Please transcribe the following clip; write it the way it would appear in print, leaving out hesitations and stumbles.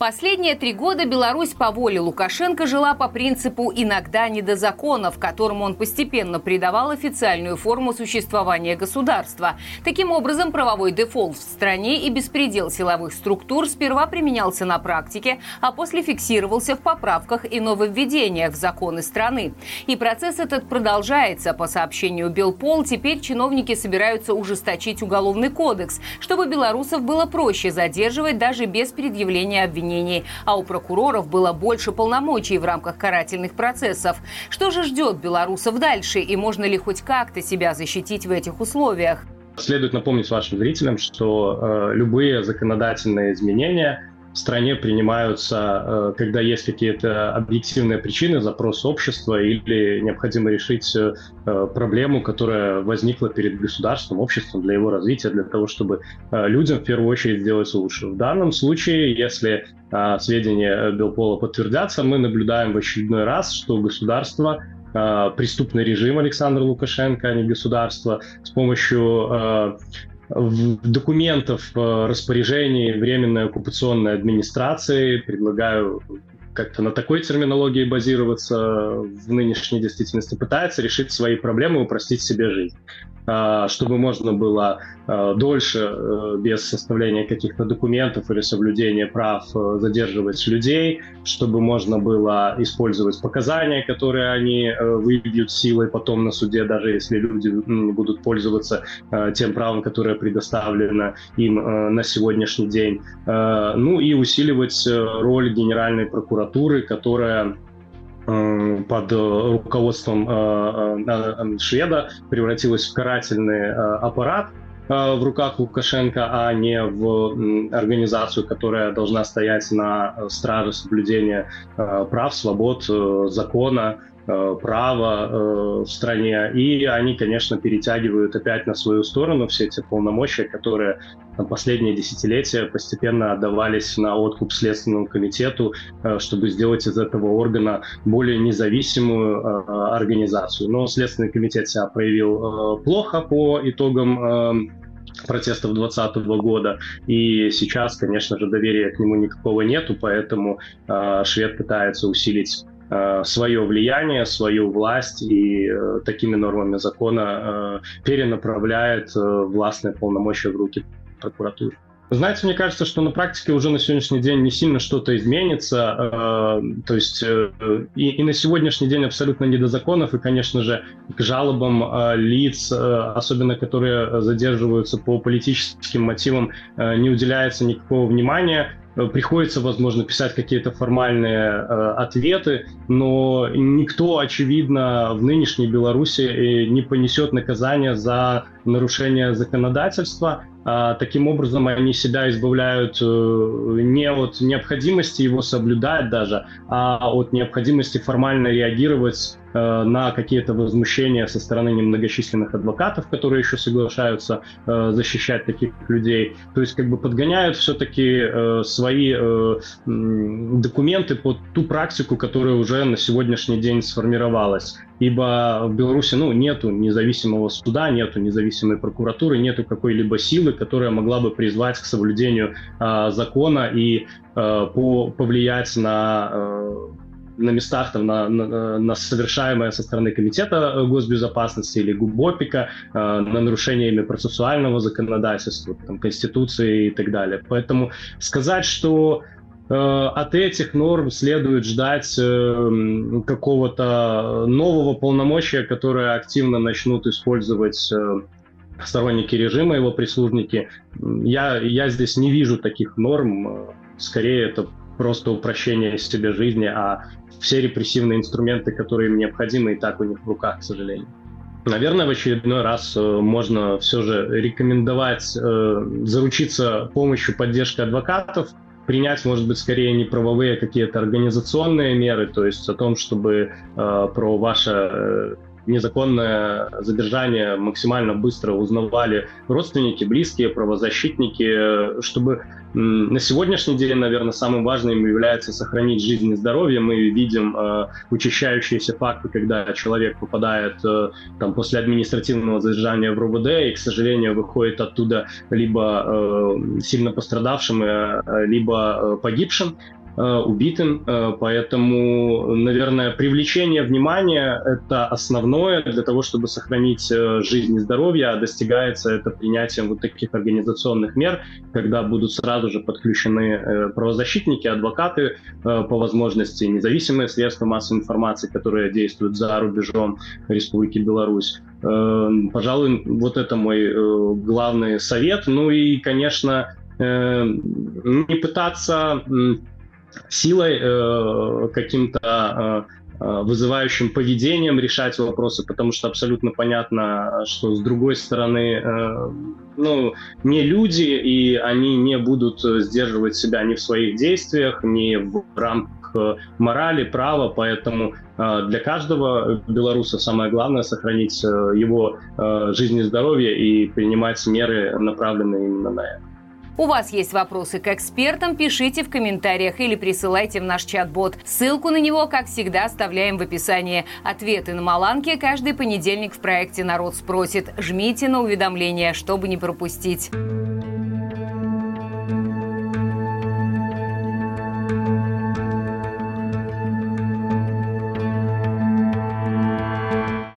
Последние 3 года Беларусь по воле Лукашенко жила по принципу «иногда не до законов», которому он постепенно придавал официальную форму существования государства. Таким образом, правовой дефолт в стране и беспредел силовых структур сперва применялся на практике, а после фиксировался в поправках и нововведениях в законы страны. И процесс этот продолжается. По сообщению Белпол, теперь чиновники собираются ужесточить уголовный кодекс, чтобы белорусов было проще задерживать даже без предъявления обвинений, а у прокуроров было больше полномочий в рамках карательных процессов. Что же ждет белорусов дальше, и можно ли хоть как-то себя защитить в этих условиях? Следует напомнить вашим зрителям, что любые законодательные изменения в стране принимаются, когда есть какие-то объективные причины, запрос общества или необходимо решить проблему, которая возникла перед государством, обществом для его развития, для того, чтобы людям в первую очередь сделать лучше. В данном случае, если сведения Белпола подтвердятся, мы наблюдаем в очередной раз, что государство, преступный режим Александра Лукашенко, а не государство, с помощью документов, распоряжений Временной оккупационной администрации, предлагаю как-то на такой терминологии базироваться в нынешней действительности, пытается решить свои проблемы и упростить себе жизнь, чтобы можно было дольше, без составления каких-то документов или соблюдения прав, задерживать людей, чтобы можно было использовать показания, которые они выбьют силой потом на суде, даже если люди будут пользоваться тем правом, которое предоставлено им на сегодняшний день. Ну и усиливать роль Генеральной прокуратуры, которая под руководством шведа превратилась в карательный аппарат в руках Лукашенко, а не в организацию, которая должна стоять на страже соблюдения прав, свобод, закона, права в стране. И они, конечно, перетягивают опять на свою сторону все эти полномочия, которые последние десятилетия постепенно отдавались на откуп Следственному комитету, чтобы сделать из этого органа более независимую организацию. Но Следственный комитет себя проявил плохо по итогам протестов 2020 года, и сейчас, конечно же, доверия к нему никакого нету, поэтому швед пытается усилить свое влияние, свою власть и такими нормами закона перенаправляет властные полномочия в руки прокуратуры. Знаете, мне кажется, что на практике уже на сегодняшний день не сильно что-то изменится. То есть и на сегодняшний день абсолютно не до законов, и, конечно же, к жалобам лиц, особенно которые задерживаются по политическим мотивам, не уделяется никакого внимания. Приходится, возможно, писать какие-то формальные ответы, но никто, очевидно, в нынешней Беларуси не понесет наказание за нарушение законодательства. Таким образом, они себя избавляют не от необходимости его соблюдать даже, а от необходимости формально реагировать на какие-то возмущения со стороны немногочисленных адвокатов, которые еще соглашаются защищать таких людей. То есть как бы подгоняют все-таки свои документы под ту практику, которая уже на сегодняшний день сформировалась. Ибо в Беларуси нету независимого суда, нету независимой прокуратуры, нету какой-либо силы, которая могла бы призвать к соблюдению закона и повлиять на местах, на совершаемое со стороны Комитета госбезопасности или ГУБОПИКа, на нарушениями процессуального законодательства, Конституции и так далее. Поэтому сказать, что от этих норм следует ждать какого-то нового полномочия, которое активно начнут использовать сторонники режима, его прислужники, я здесь не вижу таких норм. Скорее, это просто упрощение себе жизни, а все репрессивные инструменты, которые им необходимы, и так у них в руках, к сожалению. Наверное, в очередной раз можно все же рекомендовать заручиться помощью, поддержкой адвокатов, принять, может быть, скорее не правовые, а какие-то организационные меры, то есть о том, чтобы про ваше незаконное задержание максимально быстро узнавали родственники, близкие, правозащитники, чтобы на сегодняшний день, наверное, самым важным является сохранить жизнь и здоровье. Мы видим учащающиеся факты, когда человек попадает после административного задержания в РОВД и, к сожалению, выходит оттуда либо сильно пострадавшим, либо погибшим, убитым. Поэтому, наверное, привлечение внимания – это основное для того, чтобы сохранить жизнь и здоровье, а достигается это принятием вот таких организационных мер, когда будут сразу же подключены правозащитники, адвокаты, по возможности независимые средства массовой информации, которые действуют за рубежом Республики Беларусь. Пожалуй, вот это мой главный совет. Ну и, конечно, не пытаться силой, каким-то вызывающим поведением решать вопросы, потому что абсолютно понятно, что с другой стороны, не люди, и они не будут сдерживать себя ни в своих действиях, ни в рамках морали, права, поэтому для каждого белоруса самое главное сохранить его жизнь и здоровье и принимать меры, направленные именно на это. У вас есть вопросы к экспертам, пишите в комментариях или присылайте в наш чат-бот. Ссылку на него, как всегда, оставляем в описании. Ответы на Маланки каждый понедельник в проекте «Народ спросит». Жмите на уведомления, чтобы не пропустить.